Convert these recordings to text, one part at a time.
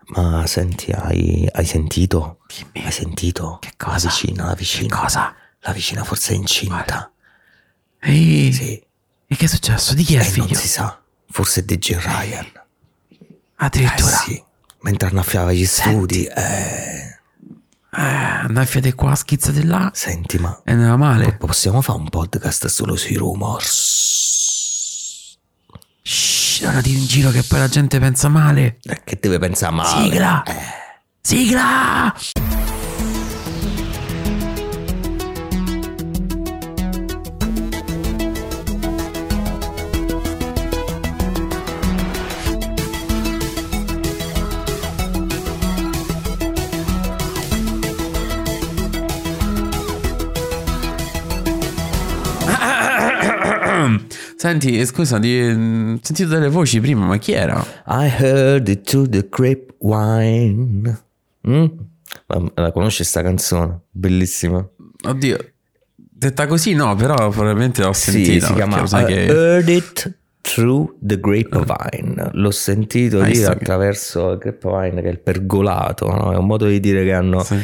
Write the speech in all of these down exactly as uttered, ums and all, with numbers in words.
Ma senti, hai, hai sentito? Dimmi. Hai sentito? Che cosa? La vicina, la vicina. Che cosa? La vicina forse è incinta. Ehi. Sì. E che è successo? Di chi è il E figlio? non si sa. Forse è D J Ryan. Addirittura. Eh sì. Mentre annaffiava gli Senti. studi. Eh. Eh, annaffiate qua, schizzate là. Senti, ma E andava male. po- possiamo fare un podcast solo sui rumors? Shh, non dire in giro che poi la gente pensa male. Eh, che deve pensare male? Sigla. Eh. Sigla. Senti, scusa, di, ho sentito delle voci prima, ma chi era? I heard it to the grapevine. Mm? Ma la conosci sta canzone? Bellissima. Oddio, detta così no, però probabilmente l'ho sentita. Sì, si chiama lo sai I che... heard it through the grapevine. L'ho sentito Hai dire visto che- attraverso il grapevine, che è il pergolato, no? È un modo di dire che hanno Sì.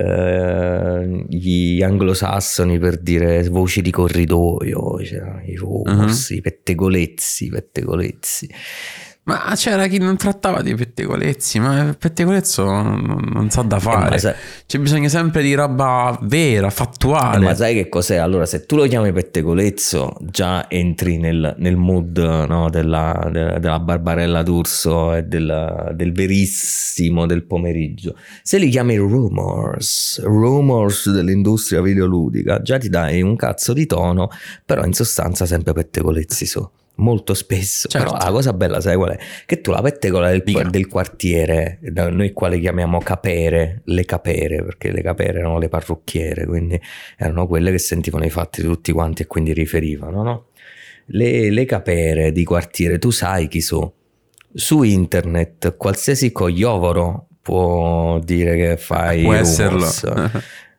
eh, gli anglosassoni per dire voci di corridoio, cioè, i rumors, i pettegolezzi, i pettegolezzi. Ma c'era chi non trattava di pettegolezzi, ma il pettegolezzo non, non sa da ma fare. sai- C'è bisogno sempre di roba vera, fattuale. Ma sai che cos'è? Allora, se tu lo chiami pettegolezzo, già entri nel, nel mood, no, della, della, della Barbarella d'Urso e del, del verissimo del pomeriggio. Se li chiami rumors, rumors dell'industria videoludica, già ti dai un cazzo di tono, però in sostanza sempre pettegolezzi su. Molto spesso. Certo. Però la cosa bella, sai qual è? Che tu la pettegola del, Dica. del quartiere, da noi qua le chiamiamo capere, le capere, perché le capere erano le parrucchiere, quindi erano quelle che sentivano i fatti di tutti quanti e quindi riferivano, no? Le, le capere di quartiere, tu sai chi sono. Su internet qualsiasi cogliovoro può dire che fai Può rumors. esserlo.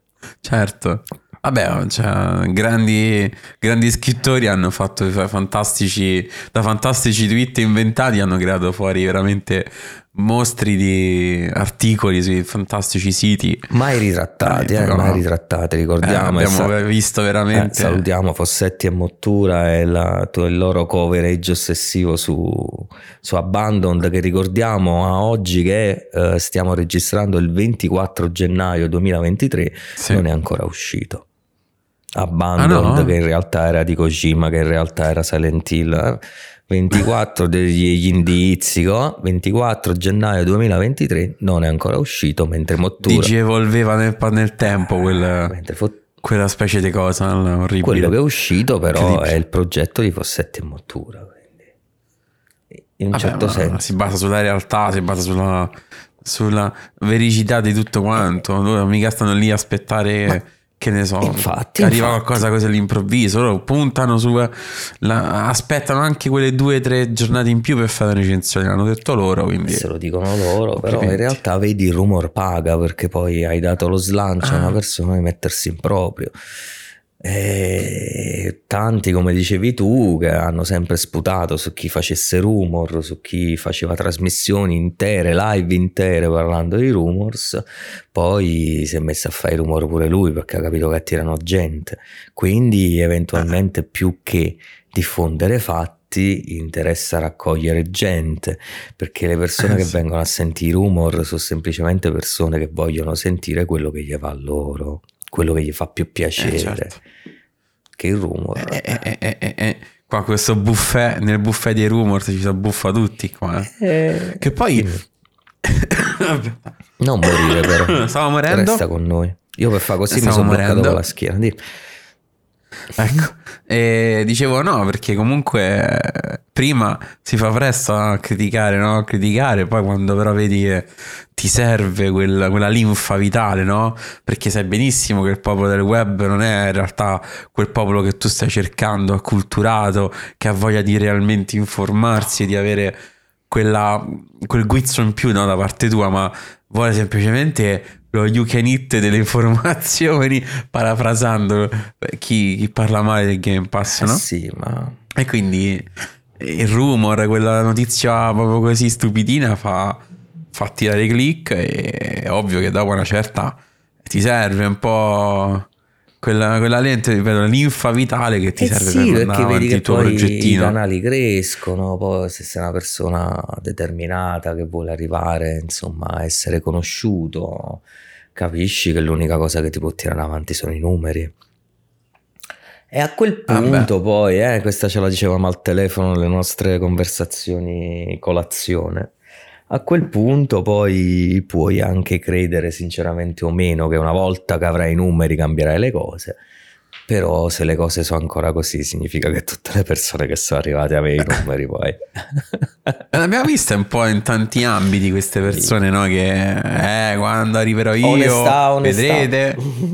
Certo. Vabbè, cioè, grandi, grandi scrittori hanno fatto i fa- fantastici, da fantastici tweet inventati, hanno creato fuori veramente mostri di articoli sui fantastici siti. Mai ritrattati, Eh, eh, però- mai ritrattati, ricordiamo. Eh, abbiamo Sa- visto eh, veramente. salutiamo Fossetti e Mottura e la- il loro coverage ossessivo su, su Abandoned, che ricordiamo a oggi che eh, stiamo registrando il ventiquattro gennaio duemilaventitré, Sì. non è ancora uscito. Abandoned, Ah, no? che in realtà era di Kojima, che in realtà era Silent Hill. eh. ventiquattro degli indizi, co? ventiquattro gennaio duemilaventitré, non è ancora uscito, mentre Mottura, Digi evolveva nel, nel tempo quel- mentre fo- quella specie di cosa orribile. quello che è uscito però Incredibile. è il progetto di Fossetti e Mottura, quindi in un Vabbè, certo ma senso. si basa sulla realtà, si basa sulla, sulla vericità di tutto quanto. Loro mica stanno lì a aspettare, che ne so, infatti, che arriva infatti. qualcosa così all'improvviso. Loro puntano su, la- aspettano anche quelle due o tre giornate in più per fare la recensione. L'hanno detto loro, quindi Se lo dicono loro, però in Complimenti. realtà vedi il rumor paga, perché poi hai dato lo slancio a una Ah. persona di mettersi in proprio. E tanti, come dicevi tu, che hanno sempre sputato su chi facesse rumor, su chi faceva trasmissioni intere, live intere parlando di rumors, poi si è messo a fare i rumor pure lui perché ha capito che attirano gente. Quindi eventualmente più che diffondere fatti interessa raccogliere gente, perché le persone Eh, che sì. vengono a sentire i rumor sono semplicemente persone che vogliono sentire quello che gli va a loro, quello che gli fa più piacere, Eh, certo. che il rumor. Eh, eh, eh, eh, eh. Qua questo buffet, nel buffet dei rumors ci si buffa tutti qua. eh. Eh, Che poi non morire però, stavo morendo. resta con noi. Io per fare così mi Stavo sono bloccato morendo. con la schiena. Dì. Ecco, e dicevo no, perché comunque eh, prima si fa presto a criticare, no? A criticare, poi quando però vedi che ti serve quella, quella linfa vitale, no? Perché sai benissimo che il popolo del web non è in realtà quel popolo che tu stai cercando, acculturato, che ha voglia di realmente informarsi e di avere quella, quel guizzo in più, no, da parte tua, ma vuole semplicemente lo you can eat delle informazioni, parafrasando chi, chi parla male del Game Pass, Eh no? sì, ma E quindi il rumor, quella notizia proprio così stupidina fa, fa tirare i click e è ovvio che dopo una certa ti serve un po' quella, quella lente, ripeto, linfa vitale che ti eh serve sì, per perché andare vedi avanti che il tuo poi progettino. i canali crescono, poi se sei una persona determinata che vuole arrivare insomma a essere conosciuto, capisci che l'unica cosa che ti può tirare avanti sono i numeri. E a quel punto Ah, poi, eh, questa ce la dicevamo al telefono nelle nostre conversazioni colazione, a quel punto poi puoi anche credere sinceramente o meno che una volta che avrai i numeri cambierai le cose, però se le cose sono ancora così significa che tutte le persone che sono arrivate a avere i numeri poi... L'abbiamo vista un po' in tanti ambiti queste persone, no? Che eh, quando arriverò io, onestà, onestà. vedrete,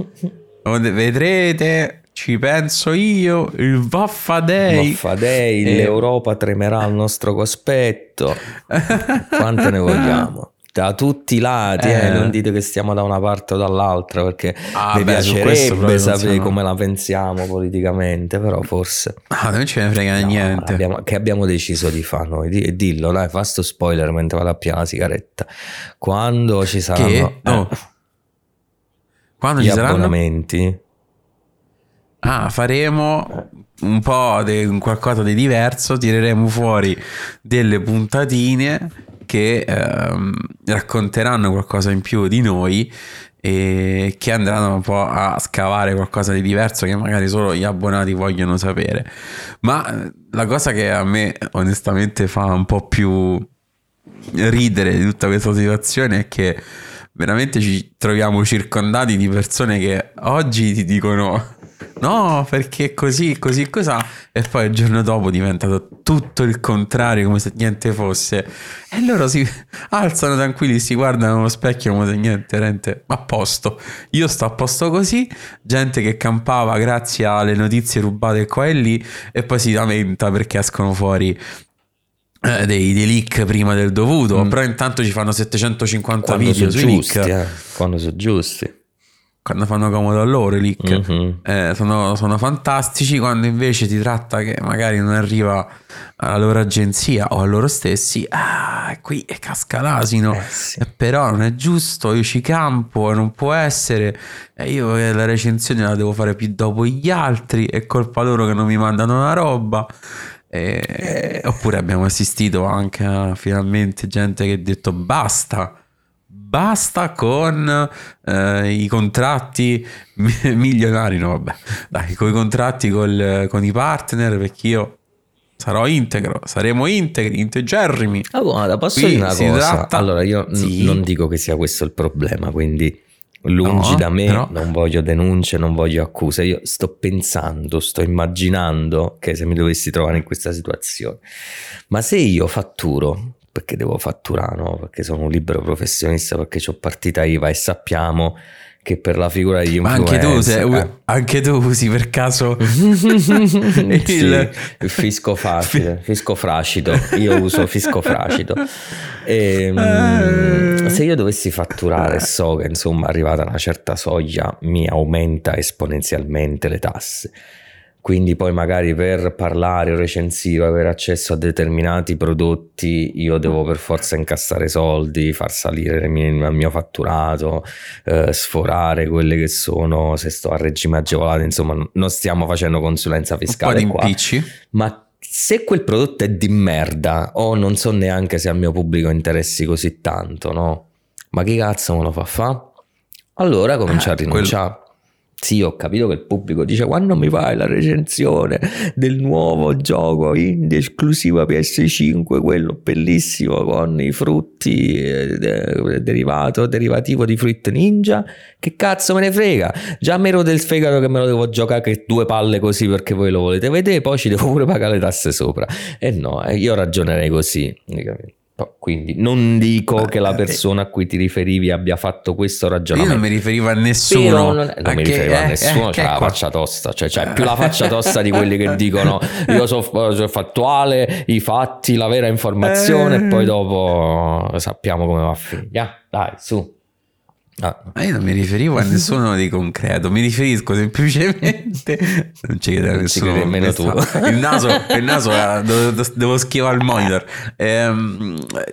vedrete, ci penso io, il Vaffadei. Vaffadei, E- l'Europa tremerà al nostro cospetto. Quante ne vogliamo? Da tutti i lati, eh, Eh. non dite che stiamo da una parte o dall'altra, perché Ah, mi beh, su questo piacerebbe proprio non sapere siamo- come la pensiamo politicamente, però forse Ah, non ce ne frega no, niente. abbiamo- che abbiamo deciso di fare noi. Di- dillo, dai, fa sto spoiler mentre vado a piare la sigaretta. Quando ci saranno Che? No. eh, Quando gli ci saranno? abbonamenti, Ah, faremo un po' di qualcosa di diverso, tireremo fuori delle puntatine che ehm, racconteranno qualcosa in più di noi e che andranno un po' a scavare qualcosa di diverso che magari solo gli abbonati vogliono sapere. Ma eh, la cosa che a me onestamente fa un po' più ridere di tutta questa situazione è che veramente ci troviamo circondati di persone che oggi ti dicono no, perché così, così, cos'ha, e poi il giorno dopo diventa tutto il contrario, come se niente fosse, e loro si alzano tranquilli, si guardano allo specchio come se niente, niente, a posto, io sto a posto così, gente che campava grazie alle notizie rubate qua e lì e poi si lamenta perché escono fuori eh, dei, dei leak prima del dovuto, Mm. però intanto ci fanno settecentocinquanta quando video sono sui giusti, leak, eh, quando sono giusti. quando fanno comodo a loro i leak. Mhm. Eh, sono, sono fantastici. Quando invece ti tratta che magari non arriva alla loro agenzia o a loro stessi, ah, qui è casca l'asino. Eh sì. Eh, però non è giusto, io ci campo, non può essere, e io eh, la recensione la devo fare più dopo gli altri, è colpa loro che non mi mandano la roba. Eh, Eh. Oppure abbiamo assistito anche a finalmente gente che ha detto basta. Basta con eh, i contratti mi- milionari, no vabbè, dai, con i contratti col- con i partner, perché io sarò integro, saremo integri, integerrimi. Ah, guarda, posso Qui dire una si cosa? tratta- Allora, io n- Sì. non dico che sia questo il problema, quindi lungi No, da me, però- non voglio denunce, non voglio accuse. Io sto pensando, sto immaginando che se mi dovessi trovare in questa situazione, ma se io fatturo, perché devo fatturare, no? Perché sono un libero professionista, perché ho partita I V A e sappiamo che per la figura di Ma anche tu, influencer... sei- eh. anche tu usi per caso Sì, il- il fisco facile, fisco frascito, io uso fisco frascito. E, mm, se io dovessi fatturare, so che insomma arrivata a una certa soglia mi aumenta esponenzialmente le tasse, quindi poi magari per parlare o recensire o avere accesso a determinati prodotti io devo per forza incassare soldi, far salire il mio, il mio fatturato, eh, sforare quelle che sono, se sto a regime agevolato, insomma non stiamo facendo consulenza un po' fiscale di qua, impicci. ma se quel prodotto è di merda o non so neanche se al mio pubblico interessi così tanto, no? Ma chi cazzo me lo fa fa? Allora comincia Eh, a rinunciare. Sì, ho capito che il pubblico dice quando mi fai la recensione del nuovo gioco indie esclusiva P S cinque, quello bellissimo con i frutti eh, de- derivato, derivativo di Fruit Ninja, che cazzo me ne frega, già mi ero del fegato che me lo devo giocare che due palle così perché voi lo volete vedere, poi ci devo pure pagare le tasse sopra. E no, eh, io ragionerei così. Quindi non dico che la persona a cui ti riferivi abbia fatto questo Io ragionamento. non mi riferivo a nessuno. Però non, non mi Che- riferivo a eh, nessuno, eh, c'è che la qua- faccia tosta, cioè c'è più la faccia tosta di quelli che dicono io sono so fattuale, i fatti, la vera informazione, Eh. e poi dopo sappiamo come va a finire. Yeah, dai, su. Ah. Ma io non mi riferivo a nessuno di concreto, mi riferisco semplicemente. Non ci crede Non ci nessuno. credi nemmeno tu. Il naso, il naso era- devo, devo schivare il monitor. Ehm,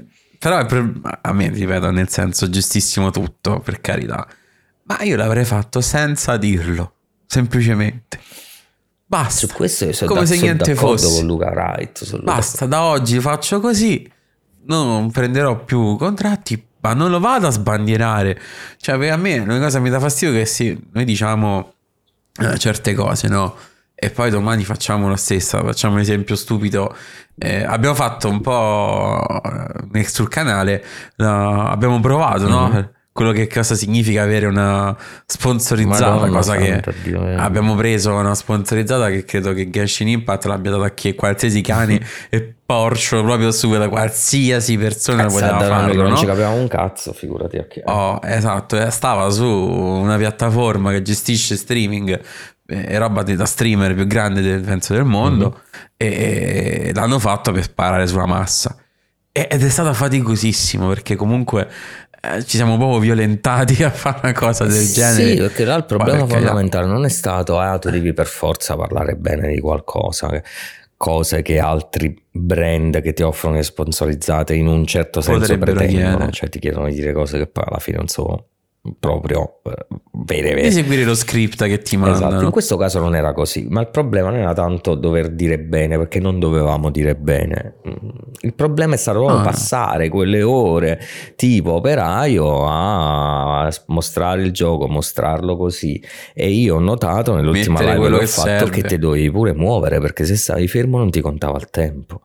Però per, a me, ripeto, nel senso, giustissimo tutto, per carità. Ma io l'avrei fatto senza dirlo, semplicemente. Basta. Su questo io sono come da, se sono niente d'accordo fosse. con Luca Wright. Luca. Basta, da oggi faccio così, non prenderò più contratti, ma non lo vado a sbandierare. Cioè, per a me una cosa che mi dà fastidio è che sì, noi diciamo eh, certe cose, no? E poi domani facciamo la stessa. Facciamo un esempio stupido. Eh, abbiamo fatto un po' eh, sul canale, la, abbiamo provato, no? Mm-hmm. Quello che cosa significa avere una sponsorizzata. Madonna, cosa che Dio, eh. abbiamo preso una sponsorizzata che credo che Genshin Impact l'abbia data a chi, qualsiasi cane e Porsche, proprio su quella qualsiasi persona poteva farlo, non no? ci capiamo un cazzo, figurati a chi. Oh, esatto, stava su una piattaforma che gestisce streaming e roba da streamer più grande del, penso del mondo, mm-hmm. e l'hanno fatto per sparare sulla massa ed è stato faticosissimo perché comunque eh, ci siamo proprio violentati a fare una cosa del sì, genere. Sì, perché là il problema perché fondamentale non è stato ah tu devi per forza parlare bene di qualcosa, cose che altri brand che ti offrono le sponsorizzate in un certo senso pretendono, cioè ti chiedono di dire cose che poi alla fine non so proprio vere vere. Di seguire lo script che ti mandano. Esatto, in questo caso non era così, ma il problema non era tanto dover dire bene, perché non dovevamo dire bene. Il problema è stato ah. passare quelle ore tipo operaio a mostrare il gioco, mostrarlo così, e io ho notato nell'ultima Mettere live che ho che fatto serve. che te dovevi pure muovere, perché se stavi fermo non ti contava il tempo.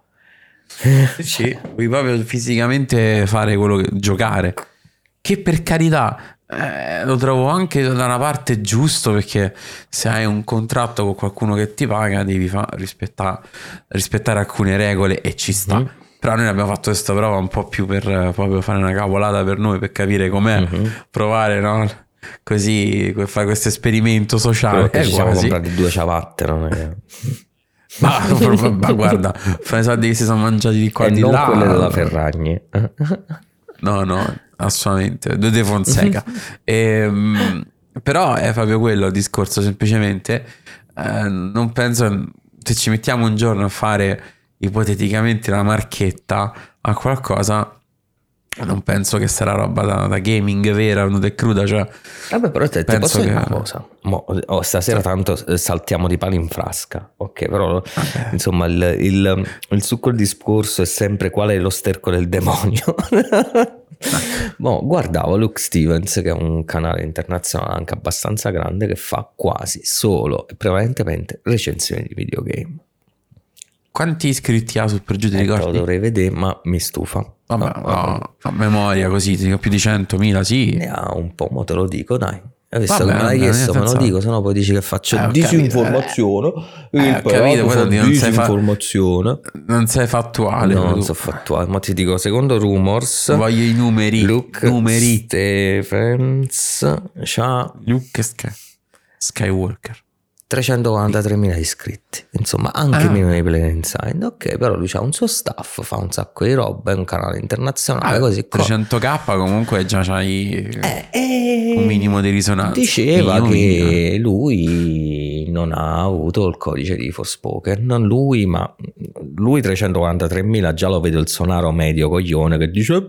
Sì, devi proprio fisicamente fare quello che giocare, che per carità Eh, lo trovo anche da una parte giusto, perché se hai un contratto con qualcuno che ti paga devi fa- rispettare, rispettare alcune regole e ci sta. Mm-hmm. Però noi abbiamo fatto questa prova un po' più per proprio fare una cavolata per noi, per capire com'è, mm-hmm. provare, no? Così, fare questo esperimento sociale. Perché ci siamo comprati due ciabatte, non è... ma, ma guarda, fra i soldi che si sono mangiati di qua e di non là, quelle della Ferragni. No, no, assolutamente, due De Fonseca. e, però è proprio quello il discorso, semplicemente eh, non penso, se ci mettiamo un giorno a fare ipoteticamente la marchetta a qualcosa, non penso che sarà roba da, da gaming vera, nuda e cruda, cioè. Vabbè, però te, ti posso dire una cosa. Mo, oh, stasera tanto saltiamo di palo in frasca, ok? Però okay. insomma il, il, il succo del discorso è sempre qual è lo sterco del demonio. Mo, guardavo Luke Stevens, che è un canale internazionale anche abbastanza grande, che fa quasi solo e prevalentemente recensioni di videogame. Quanti iscritti ha sul per giù, ti ricordi? Lo dovrei vedere, ma mi stufa. Vabbè, no, no, a memoria così, ti dico più di centomila, sì. Ne ha un po', mo te lo dico, dai. Hai visto che me l'hai chiesto, me lo dico, sennò poi dici che faccio eh, disinformazione. Eh, eh, ho capito, poi non disinformazione. Sei fa- non sei fattuale. No, non so fattuale, ma ti dico, secondo Rumors, voglio i numeri. Luke numeri. Stephens c'ha Luke Sky- Skywalker. trecentoquarantatremila iscritti, insomma anche ah. meno di Play Inside, ok, però lui ha un suo staff, fa un sacco di roba, è un canale internazionale, ah, così trecento k comunque già c'hai eh, eh, un minimo di risonanza. Diceva minimo, che minimo. lui non ha avuto il codice di Forspoken, non lui, ma lui trecentoquarantatremila già lo vedo il sonaro medio coglione che dice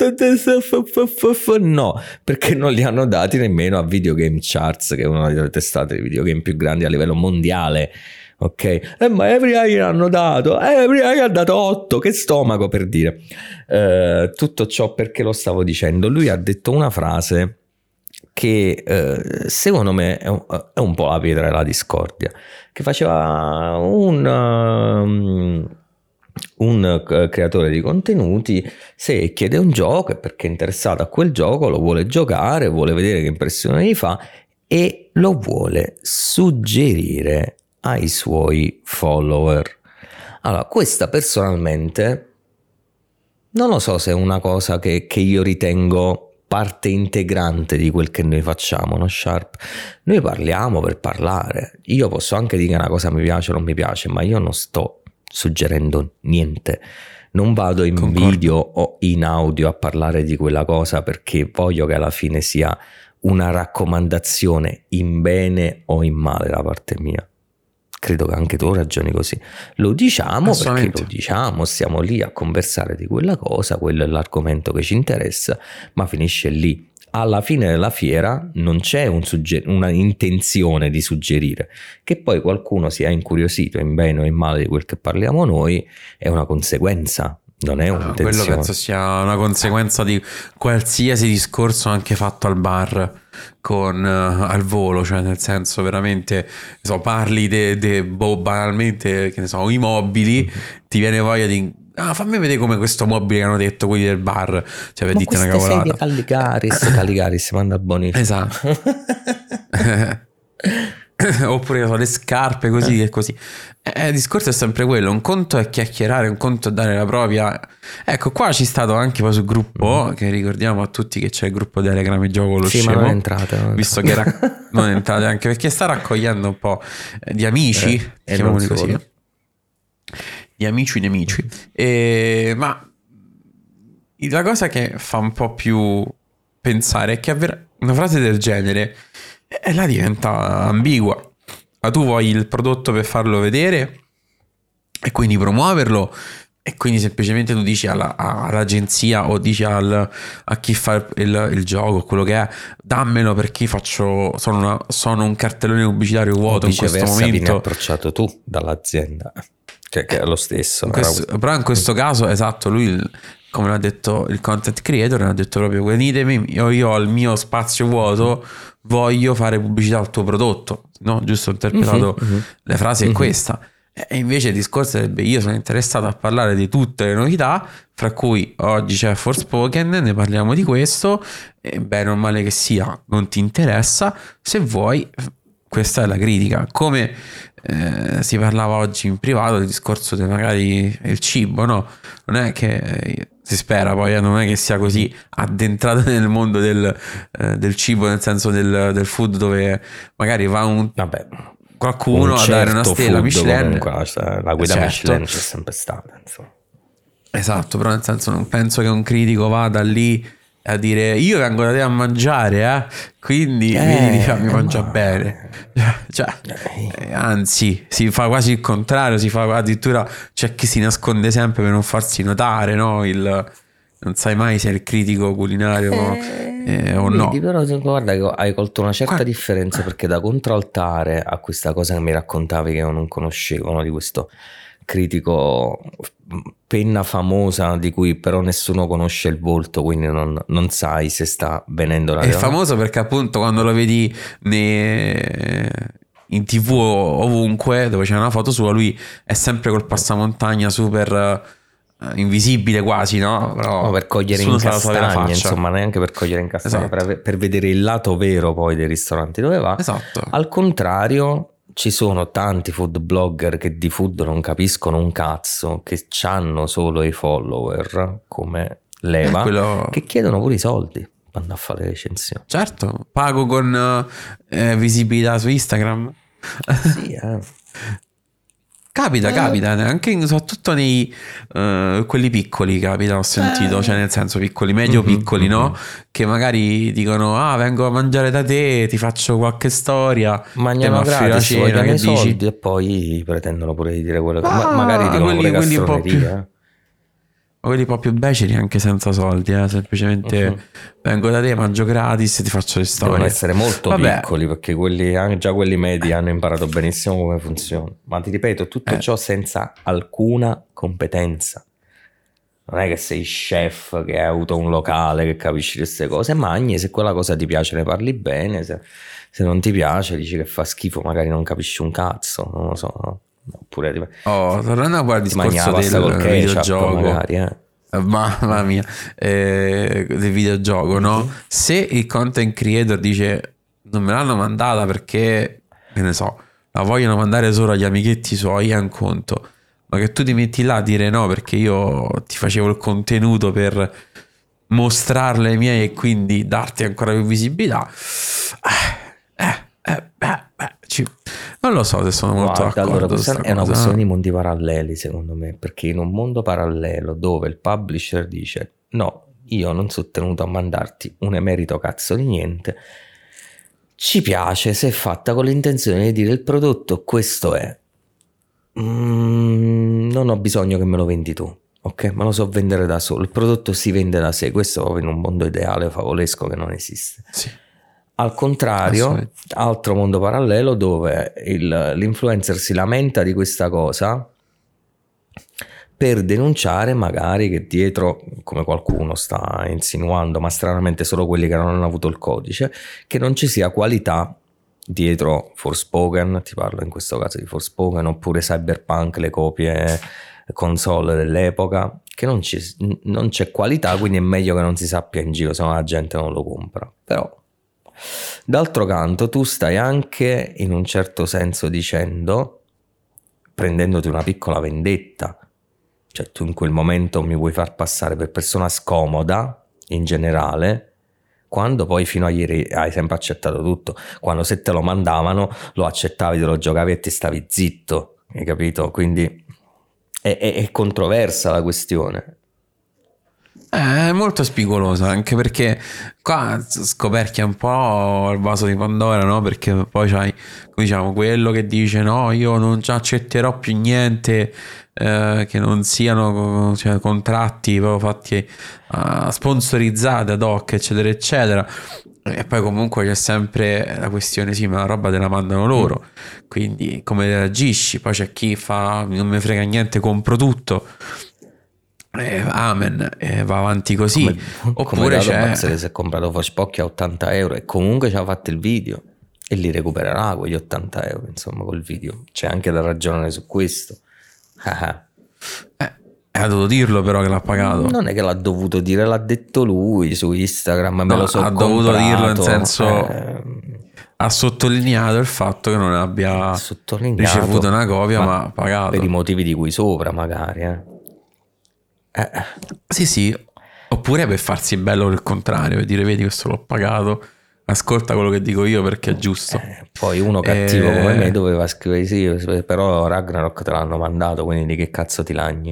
no, perché non li hanno dati nemmeno a Video Game Charts, che è una delle testate di videogame più grandi a livello mondiale, ok? Eh, ma Every Eye hanno dato, Every Eye ha dato otto, che stomaco, per dire. Eh, tutto ciò perché lo stavo dicendo, lui ha detto una frase che eh, secondo me è un, è un po' la pietra della discordia, che faceva un... Um, un creatore di contenuti, se chiede un gioco è perché è interessato a quel gioco, lo vuole giocare, vuole vedere che impressione gli fa e lo vuole suggerire ai suoi follower. Allora, questa personalmente non lo so se è una cosa che, che io ritengo parte integrante di quel che noi facciamo, no Sharp? Noi parliamo per parlare, io posso anche dire che una cosa mi piace o non mi piace, ma io non sto suggerendo niente, non vado in Concordo. video o in audio a parlare di quella cosa perché voglio che alla fine sia una raccomandazione in bene o in male da parte mia. credo che anche tu ragioni così, lo diciamo perché lo diciamo, stiamo lì a conversare di quella cosa, quello è l'argomento che ci interessa, ma finisce lì. Alla fine della fiera non c'è un sugger- una intenzione di suggerire, che poi qualcuno sia incuriosito in bene o in male di quel che parliamo noi è una conseguenza, non è un'intenzione. Quello penso sia una conseguenza di qualsiasi discorso anche fatto al bar con uh, al volo, cioè nel senso veramente so, parli de, de boh, banalmente che ne so, i mobili, mm-hmm. ti viene voglia di ah, fammi vedere come questo mobile che hanno detto quelli del bar, cioè per dite una cavolata. Caligaris, Caligaris manda a bonifico. Esatto. Oppure so, le scarpe così e così. Eh, il discorso è sempre quello, un conto è chiacchierare, un conto è dare la propria. Ecco, qua ci è stato anche poi sul gruppo, mm. che ricordiamo a tutti che c'è il gruppo Telegram e Gioco lo sì, scemo, ma non entrate, non visto che era... non entrate anche perché sta raccogliendo un po' di amici, eh, chiamiamoli così, gli amici nemici. E, ma la cosa che fa un po' più pensare è che avver- una frase del genere e là diventa ambigua. Ma tu vuoi il prodotto per farlo vedere e quindi promuoverlo, e quindi semplicemente tu dici alla, all'agenzia o dici al, a chi fa il, il gioco, quello che è, dammelo perché faccio sono, una, sono un cartellone pubblicitario vuoto in questo momento. Vieni approcciato tu dall'azienda, che, che è lo stesso. In questo, però in questo caso, esatto, lui, come l'ha detto il content creator, ha detto proprio venitemi, io, io ho il mio spazio vuoto, voglio fare pubblicità al tuo prodotto, no? Giusto, ho interpretato uh-huh, le frasi uh-huh. è questa. E invece il discorso sarebbe: io sono interessato a parlare di tutte le novità, fra cui oggi c'è Forspoken, ne parliamo di questo, e bene o male che sia non ti interessa, se vuoi questa è la critica. Come eh, si parlava oggi in privato del discorso di magari il cibo, no? Non è che eh, si spera poi eh, non è che sia così addentrato nel mondo del, eh, del cibo, nel senso del, del food, dove magari va un vabbè qualcuno un a dare una stella Michelin, comunque, la guida certo. Michelin c'è sempre stata, insomma. Esatto, però nel senso non penso che un critico vada lì a dire io vengo da te a mangiare, eh? quindi eh, vieni di farmi mangiare ma... bene, cioè, eh, anzi si fa quasi il contrario, si fa addirittura, c'è chi si nasconde sempre per non farsi notare, no? Il, non sai mai se è il critico culinario eh, eh, o no. Vedi, però guarda che hai colto una certa guarda. differenza, perché da contraltare a questa cosa che mi raccontavi che io non conoscevo, no? Di questo critico penna famosa di cui però nessuno conosce il volto, quindi non, non sai se sta venendo la è famoso perché appunto quando lo vedi ne... in tv ovunque dove c'è una foto sua, lui è sempre col passamontagna super invisibile quasi, no? Però no, per cogliere in castagne, insomma, neanche per cogliere in castagne, esatto. per, per vedere il lato vero poi dei ristoranti dove va. Esatto. Al contrario, ci sono tanti food blogger che di food non capiscono un cazzo, che hanno solo i follower come leva, quello... che chiedono pure i soldi, vanno a fare le recensioni. Certo, pago con eh, visibilità su Instagram. Sì, eh. Capita, eh. capita, anche soprattutto nei uh, quelli piccoli capita, ho sentito, eh. cioè nel senso piccoli, medio mm-hmm, piccoli, mm-hmm. no? Che magari dicono ah vengo a mangiare da te, ti faccio qualche storia, mangiano gratis, vogliono i soldi e poi pretendono pure di dire quello che ah, ma- magari dicono quelli, pure quelli castroneria, eh. quelli un po' più beceri anche senza soldi, eh? semplicemente uh-huh. vengo da te, mangio gratis e ti faccio le storie. Devono essere molto Vabbè. piccoli, perché quelli, già quelli medi hanno imparato benissimo come funziona. Ma ti ripeto, tutto eh. ciò senza alcuna competenza. Non è che sei chef che hai avuto un locale, che capisci queste cose, mangi, se quella cosa ti piace ne parli bene, se, se non ti piace dici che fa schifo, magari non capisci un cazzo, non lo so, no? Oppure ti... oh, tornando a guardare il discorso del videogioco magari, eh. mamma mia eh, del videogioco, no? Mm-hmm. Se il content creator dice non me l'hanno mandata perché che ne so, la vogliono mandare solo agli amichetti suoi, è un conto, ma che tu ti metti là a dire no perché io ti facevo il contenuto per mostrarle le mie e quindi darti ancora più visibilità, eh, eh, eh, beh, beh, ci... non lo so se sono molto Guarda, d'accordo. Allora, è una questione di mondi paralleli secondo me, perché in un mondo parallelo dove il publisher dice no, io non sono tenuto a mandarti un emerito cazzo di niente, ci piace se è fatta con l'intenzione di dire il prodotto questo è, Mm, non ho bisogno che me lo vendi tu, ok? Me lo so vendere da solo. Il prodotto si vende da sé. Questo proprio in un mondo ideale favolesco che non esiste. Sì. Al contrario, altro mondo parallelo dove il, l'influencer si lamenta di questa cosa per denunciare magari che dietro, come qualcuno sta insinuando, ma stranamente solo quelli che non hanno avuto il codice, che non ci sia qualità dietro Forspoken, ti parlo in questo caso di Forspoken, oppure Cyberpunk, le copie console dell'epoca, che non, ci, non c'è qualità, quindi è meglio che non si sappia in giro, se no la gente non lo compra. Però d'altro canto tu stai anche in un certo senso dicendo, prendendoti una piccola vendetta, cioè tu in quel momento mi vuoi far passare per persona scomoda in generale, quando poi fino a ieri hai sempre accettato tutto, quando se te lo mandavano lo accettavi, te lo giocavi e ti stavi zitto, hai capito? Quindi è, è, è controversa la questione. È molto spigolosa, anche perché qua scoperchia un po' il vaso di Pandora, no? Perché poi c'hai, diciamo, quello che dice no, io non ci accetterò più niente eh, che non siano, cioè, contratti proprio fatti uh, sponsorizzati ad hoc, eccetera eccetera. E poi comunque c'è sempre la questione, sì, ma la roba te la mandano loro, quindi come reagisci? Poi c'è chi fa non mi frega niente, compro tutto. Eh, amen, eh, va avanti così. Come, oppure come c'è che si è comprato Forspoken a ottanta euro e comunque ci ha fatto il video e li recupererà quegli ottanta euro, insomma, col video. C'è anche da ragionare su questo. eh, ha dovuto dirlo però che l'ha pagato. Non è che l'ha dovuto dire, l'ha detto lui su Instagram, me no, lo so ha comprato. dovuto dirlo nel senso eh, ha sottolineato il fatto che non abbia ricevuto una copia, ma, ma ha pagato per i motivi di cui sopra magari eh. Eh. Sì, sì, oppure per farsi bello il contrario, per dire vedi questo l'ho pagato, ascolta quello che dico io perché è giusto. Eh, poi uno cattivo eh... come me doveva scrivere sì, però Ragnarok te l'hanno mandato, quindi di che cazzo ti lagni?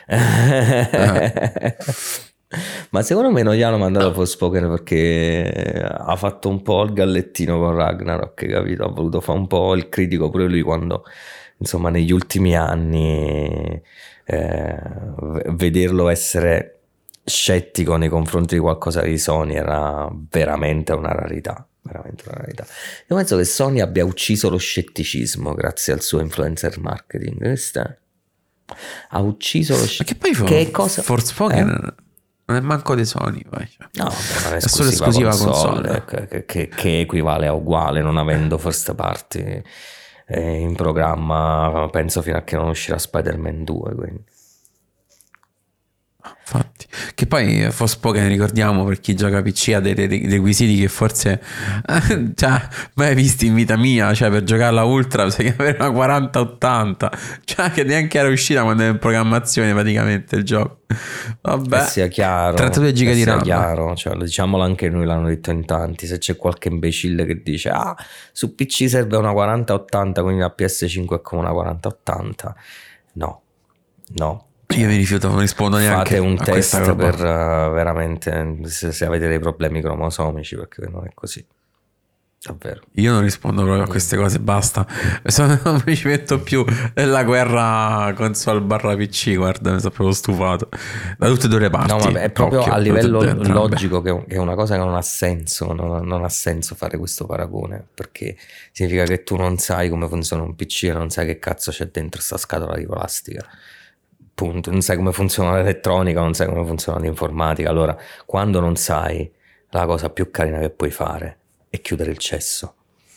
Eh. Ma secondo me non gli hanno mandato Forspoken perché ha fatto un po' il gallettino con Ragnarok, capito? Ha voluto fare un po' il critico pure lui quando, insomma, negli ultimi anni eh, vederlo essere scettico nei confronti di qualcosa di Sony era veramente una rarità. Veramente una rarità. Io penso che Sony abbia ucciso lo scetticismo grazie al suo influencer marketing. Questo ha ucciso lo scetticismo. Ma che poi che cosa? Forspoken eh? Non è manco di Sony, vai. No, non è, è solo esclusiva console, console che, che, che equivale a uguale, non avendo first party eh, in programma, penso fino a che non uscirà Spider-Man due, quindi. Infatti, che poi Forspoken, ricordiamo, per chi gioca a P C ha dei, dei, dei requisiti che forse eh, cioè, mai visti in vita mia, cioè per giocarla ultra bisogna avere una quaranta ottanta, cioè che neanche era uscita quando era in programmazione praticamente il gioco. Vabbè, che sia chiaro, trentadue giga di RAM, chiaro, cioè, diciamolo anche noi, l'hanno detto in tanti, se c'è qualche imbecille che dice ah su P C serve una quaranta ottanta quindi la P S cinque è come una quaranta ottanta, no, no. Io mi rifiuto, non rispondo neanche. Fate un test per uh, veramente se, se avete dei problemi cromosomici, perché non è così. Davvero. Io non rispondo proprio a queste cose, basta. Non mi ci metto più nella guerra console barra P C, guarda, mi sono proprio stufato. Da tutte e due le parti. No, ma è proprio Occhio, a livello logico che è una cosa che non ha senso, non, non ha senso fare questo paragone, perché significa che tu non sai come funziona un P C e non sai che cazzo c'è dentro sta scatola di plastica. Punto. Non sai come funziona l'elettronica, non sai come funziona l'informatica. Allora, quando non sai, la cosa più carina che puoi fare è chiudere il cesso.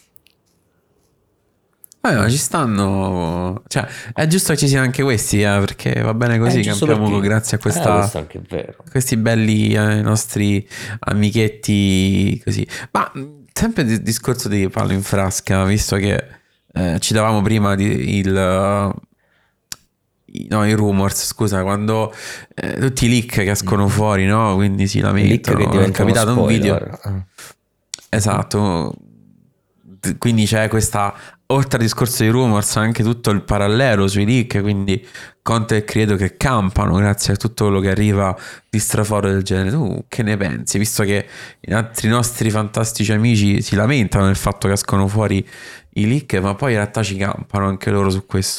Eh, ma ci stanno, cioè è giusto che ci siano anche questi, eh, perché va bene così, campiamo perché... grazie a questa eh, anche è vero. Questi belli eh, nostri amichetti così. Ma sempre il discorso di palo in frasca, visto che eh, ci davamo prima di, il no, i rumors, scusa, quando eh, tutti i leak che escono fuori, no? Quindi si lamentano. Leak che è capitato un video. Ah. Esatto. Quindi c'è questa, oltre al discorso di rumors, anche tutto il parallelo sui leak, quindi content creator che campano grazie a tutto quello che arriva di straforo del genere. Tu che ne pensi? Visto che i altri nostri fantastici amici si lamentano del fatto che escono fuori i leak, ma poi in realtà ci campano anche loro su questo.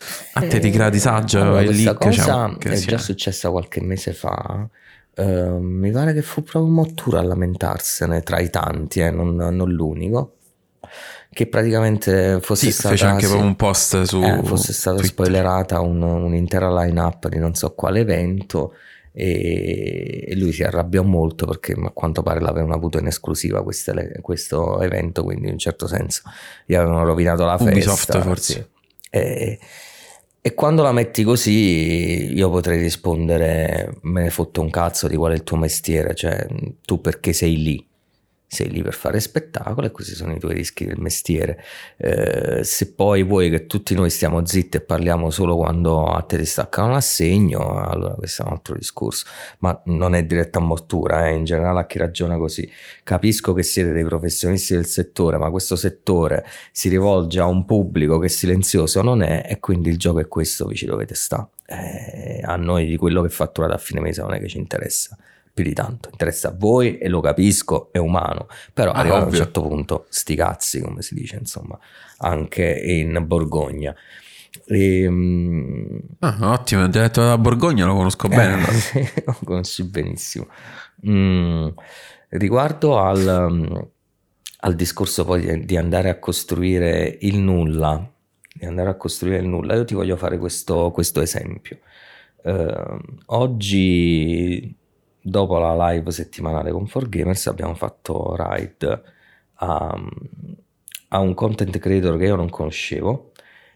A te ti crea disagio allora, il questa leak, cosa diciamo, che è sia- già successa qualche mese fa. Eh, mi pare che fu proprio Mottura a lamentarsene tra i tanti, eh, non, non l'unico, che praticamente fosse Sì, stata fece anche sì, proprio un post su eh, fosse stata Twitter. spoilerata un- un'intera line-up di non so quale evento, e, e lui si arrabbiò molto perché a quanto pare l'avevano avuto in esclusiva queste- questo evento, quindi in un certo senso gli avevano rovinato la Ubisoft, festa. forse. Sì. E, e quando la metti così io potrei rispondere: me ne fotto un cazzo di qual è il tuo mestiere, cioè tu perché sei lì? Sei lì per fare spettacolo e questi sono i tuoi rischi del mestiere. Eh, se poi vuoi che tutti noi stiamo zitti e parliamo solo quando a te ti staccano l'assegno, allora questo è un altro discorso, ma non è diretta a Mottura, eh, in generale a chi ragiona così. Capisco che siete dei professionisti del settore, ma questo settore si rivolge a un pubblico che silenzioso non è, e quindi il gioco è questo, vi ci dovete stare. Eh, a noi di quello che fatturate a fine mese non è che ci interessa più di tanto, interessa a voi e lo capisco, è umano, però Ah, arrivato a un ovvio. certo punto sti cazzi, come si dice insomma anche in Borgogna. E, Ah, ottimo, il dialetto della Borgogna lo conosco bene. Allora. eh, lo conosci benissimo. Mm, riguardo al, um, al discorso poi di, di andare a costruire il nulla, di andare a costruire il nulla, io ti voglio fare questo, questo esempio. Eh, oggi, dopo la live settimanale con quattro Gamers, abbiamo fatto ride a, a un content creator che io non conoscevo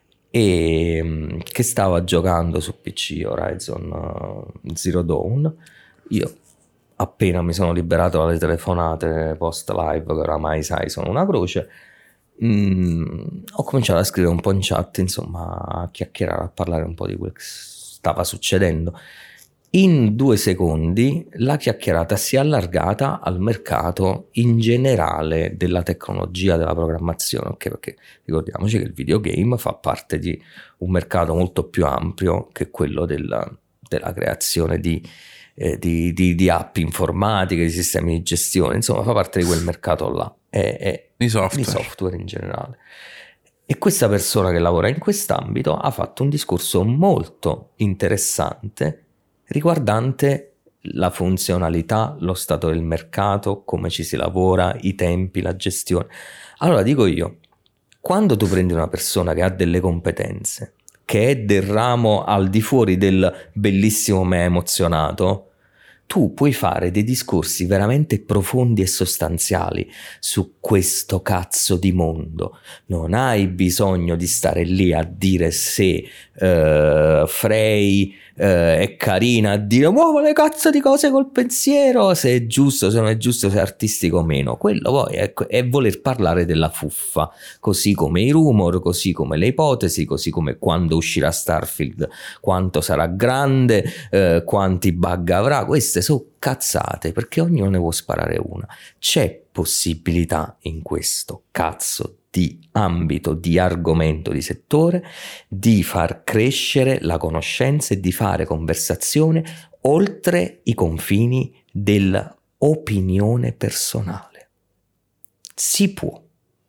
e che stava giocando su P C Horizon Zero Dawn. Io appena mi sono liberato dalle telefonate post live, che oramai sai sono una croce, mm, ho cominciato a scrivere un po' in chat, insomma a chiacchierare, a parlare un po' di quel che stava succedendo. In due secondi la chiacchierata si è allargata al mercato in generale della tecnologia, della programmazione, okay? Perché ricordiamoci che il videogame fa parte di un mercato molto più ampio che quello della, della creazione di, eh, di, di, di app informatiche, di sistemi di gestione, insomma fa parte di quel mercato là, è, è Di software. di software in generale. E questa persona che lavora in quest'ambito ha fatto un discorso molto interessante riguardante la funzionalità, lo stato del mercato, come ci si lavora, i tempi, la gestione. Allora dico io, quando tu prendi una persona che ha delle competenze, che è del ramo al di fuori del bellissimo me emozionato, tu puoi fare dei discorsi veramente profondi e sostanziali su questo cazzo di mondo. Non hai bisogno di stare lì a dire se uh, Frey uh, è carina, a dire muovo le cazzo di cose col pensiero, se è giusto, se non è giusto, se è artistico o meno. Quello poi è, è voler parlare della fuffa, così come i rumor, così come le ipotesi, così come quando uscirà Starfield, quanto sarà grande, uh, quanti bug avrà. Queste sono cazzate, perché ognuno ne può sparare una. C'è possibilità in questo cazzo di ambito, di argomento, di settore, di far crescere la conoscenza e di fare conversazione oltre i confini dell'opinione personale. Si può.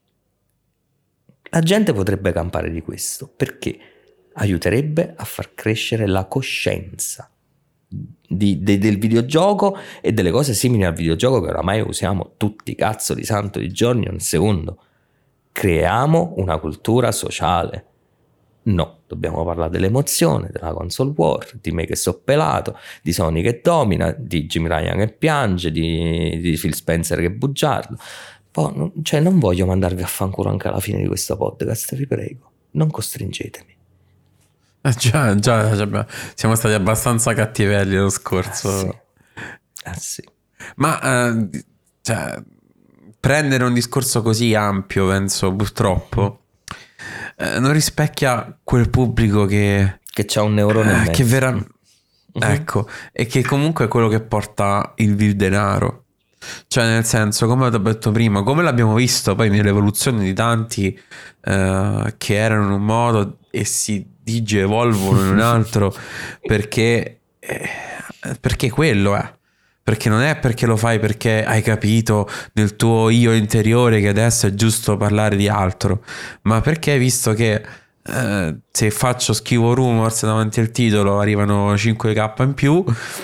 La gente potrebbe campare di questo perché aiuterebbe a far crescere la coscienza Di, de, del videogioco e delle cose simili al videogioco che oramai usiamo tutti cazzo di santo di giorni ogni secondo. Creiamo una cultura sociale. No, dobbiamo parlare dell'emozione, della console war, di me che so pelato, di Sony che domina, di Jim Ryan che piange, di, di Phil Spencer che è bugiardo. Poi, cioè, non voglio mandarvi a fanculo anche alla fine di questo podcast, vi prego, non costringetemi. Eh già, già, già, siamo stati abbastanza cattivelli lo scorso. Ah, sì. Ah, sì. Ma eh, cioè, prendere un discorso così ampio, penso, purtroppo, eh, non rispecchia quel pubblico che... Che c'ha un neurone in eh, mezzo. Che vera... Mm-hmm. Ecco, e che comunque è quello che porta il vil denaro. Cioè, nel senso, come ho detto prima, come l'abbiamo visto poi nell'evoluzione di tanti eh, che erano in un modo e si digievolvono in un altro, perché eh, perché quello è. Perché non è perché lo fai perché hai capito nel tuo io interiore che adesso è giusto parlare di altro, ma perché hai visto che eh, se faccio scrivo rumors davanti al titolo arrivano cinque k in più.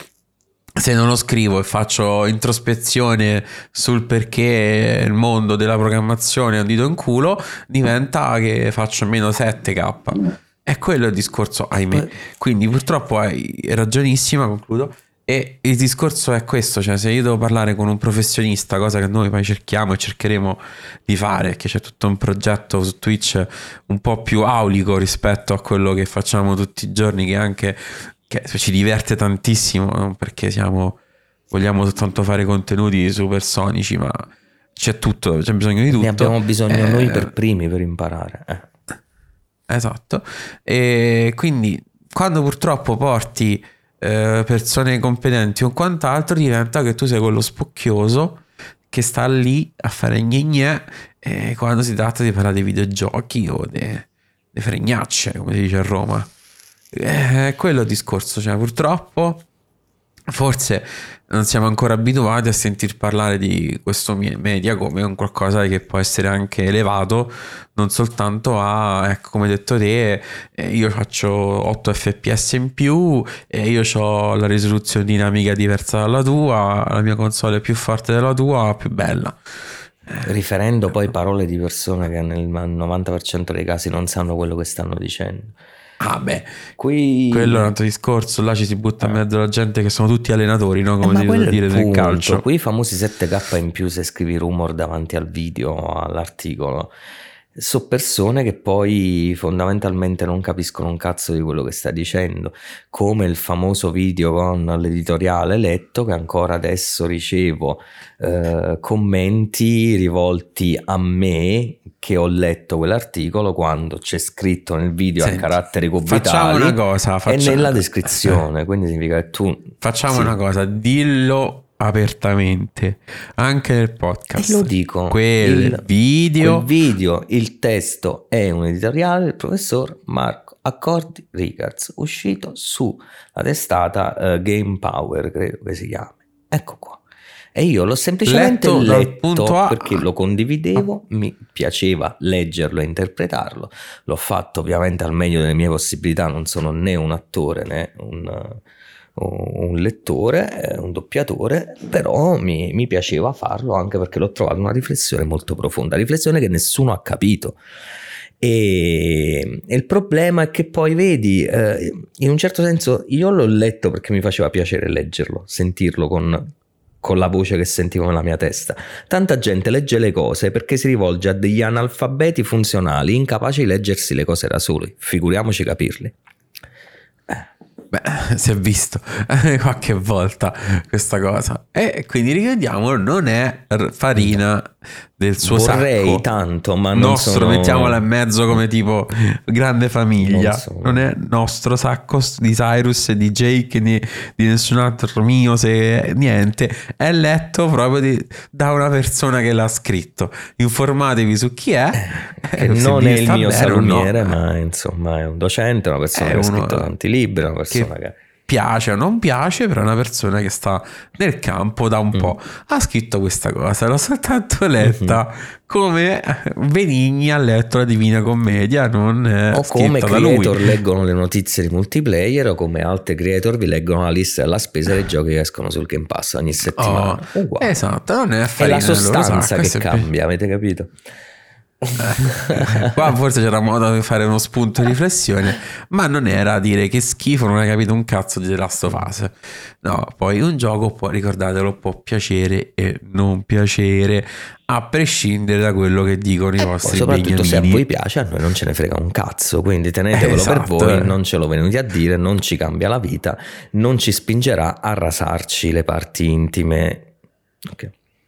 Se non lo scrivo e faccio introspezione sul perché il mondo della programmazione è un dito in culo, diventa che faccio meno sette k. E quello è il discorso, ahimè. Quindi purtroppo hai ragionissima, concludo. E il discorso è questo, cioè se io devo parlare con un professionista, cosa che noi poi cerchiamo e cercheremo di fare, che c'è tutto un progetto su Twitch un po' più aulico rispetto a quello che facciamo tutti i giorni, che anche che ci diverte tantissimo, non perché siamo vogliamo soltanto fare contenuti supersonici, ma c'è tutto, c'è bisogno di tutto. Ne abbiamo bisogno eh, noi per primi per imparare. Eh. Esatto. E quindi quando purtroppo porti eh, persone competenti o quant'altro, diventa che tu sei quello spocchioso che sta lì a fare gne gne, e quando si tratta di parlare dei videogiochi o delle fregnacce, come si dice a Roma. È quello il discorso, cioè purtroppo forse non siamo ancora abituati a sentir parlare di questo media come un qualcosa che può essere anche elevato, non soltanto a, ecco, come hai detto te, io faccio otto F P S in più e io ho la risoluzione dinamica diversa dalla tua, la mia console è più forte della tua, più bella. Riferendo poi parole di persone che nel novanta per cento dei casi non sanno quello che stanno dicendo. Ah beh, qui quello è un altro discorso, là ci si butta in mezzo alla gente che sono tutti allenatori, no? Come eh, si può dire del calcio. Qui i famosi sette k in più se scrivi rumor davanti al video, all'articolo, sono persone che poi fondamentalmente non capiscono un cazzo di quello che stai dicendo, come il famoso video con l'editoriale letto, che ancora adesso ricevo eh, commenti rivolti a me che ho letto quell'articolo, quando c'è scritto nel video Senti, a caratteri cubitali facciamo una cosa, facciamo... e nella descrizione, quindi significa che tu facciamo sì. una cosa, dillo apertamente anche nel podcast. E lo dico, quel il video quel video, il testo è un editoriale del professor Marco Accordi Riccards, uscito sulla testata uh, Game Power, credo che si chiami. Ecco qua. E io l'ho semplicemente letto, letto A... perché lo condividevo, mi piaceva leggerlo e interpretarlo. L'ho fatto ovviamente al meglio delle mie possibilità, non sono né un attore né un, un lettore, un doppiatore, però mi, mi piaceva farlo anche perché l'ho trovato una riflessione molto profonda, riflessione che nessuno ha capito. E, e il problema è che poi vedi, eh, in un certo senso io l'ho letto perché mi faceva piacere leggerlo, sentirlo con... con la voce che sentivo nella mia testa. Tanta gente legge le cose perché si rivolge a degli analfabeti funzionali incapaci di leggersi le cose da soli, figuriamoci capirli. Eh. Beh, si è visto qualche volta questa cosa, e quindi ricordiamo, non è farina del suo Vorrei sacco tanto, ma non nostro, sono... mettiamola in mezzo come tipo grande famiglia, non, sono... non è nostro sacco di Cyrus e di Jake di, di nessun altro mio, se niente, è letto proprio di, da una persona che l'ha scritto. Informatevi su chi è, che non è il mio salumiere, no. ma insomma è un docente, una persona è che uno... ha scritto tanti libri, una persona che, che... piace o non piace, però è una persona che sta nel campo da un mm. po'. Ha scritto questa cosa, l'ho soltanto letta mm-hmm. come Benigni ha letto la Divina Commedia, non o come creator leggono le notizie di multiplayer, o come altri creator vi leggono la lista della spesa dei giochi che escono sul Game Pass ogni settimana. Oh, esatto, non è, è la sostanza che cambia, avete capito? Qua forse c'era modo di fare uno spunto di riflessione, ma non era dire che schifo, non hai capito un cazzo di The Last of Us. No, poi un gioco può, ricordatelo, può piacere e non piacere, a prescindere da quello che dicono i eh, vostri soprattutto beniamini. Se a voi piace, a noi non ce ne frega un cazzo, quindi tenetevelo esatto. per voi, non ce lo venuti a dire, non ci cambia la vita, non ci spingerà a rasarci le parti intime. Ok,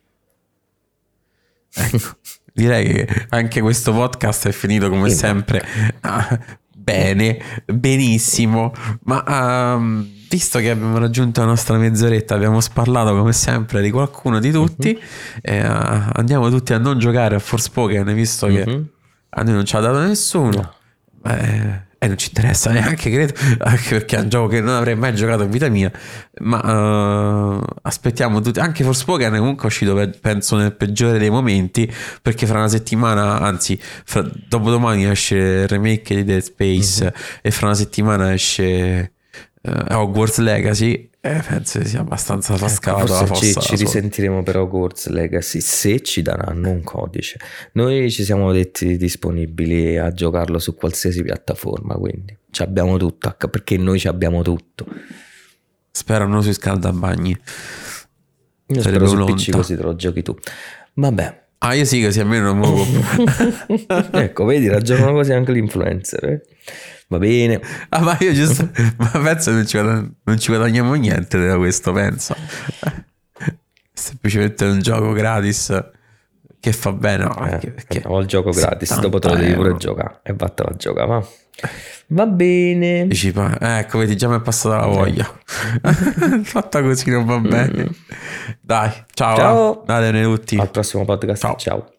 ecco. Direi che anche questo podcast è finito come sempre ah, bene, benissimo, ma um, visto che abbiamo raggiunto la nostra mezz'oretta, abbiamo parlato come sempre di qualcuno, di tutti, uh-huh. e, uh, andiamo tutti a non giocare a Forspoken, visto uh-huh. che a noi non ci ha dato nessuno. No. Beh, e non ci interessa neanche, credo, anche perché è un gioco che non avrei mai giocato in vita mia. Ma uh, aspettiamo tutti. Anche Forspoken comunque è uscito, penso, nel peggiore dei momenti, perché fra una settimana, anzi fra, dopodomani esce il remake di Dead Space, mm-hmm. e fra una settimana esce uh, Hogwarts Legacy. Eh, penso sia abbastanza fascalato. Forse la ci, fossa ci risentiremo per Hogwarts Legacy se ci daranno un codice. Noi ci siamo detti disponibili a giocarlo su qualsiasi piattaforma, quindi ci abbiamo tutto, perché noi ci abbiamo tutto. Spero non sui scaldabagni. Io spero su P C, così te lo giochi tu. Vabbè. Ah, io sì, così almeno non muovo. Ecco, vedi, ragionano così anche l'influencer, eh? Va bene. Ah, ma io giusto, ma penso non ci, guadagn- non ci guadagniamo niente da questo, penso. Semplicemente un gioco gratis che fa bene. No, eh, perché, perché ho il gioco gratis, dopo te lo devi pure giocare e vattene a giocare, va. Va bene. Dici, eh, ecco, vedi, già mi è passata la voglia. Fatta così non va bene. Dai, ciao. Ciao. Datene tutti. Al prossimo podcast. Ciao. Ciao.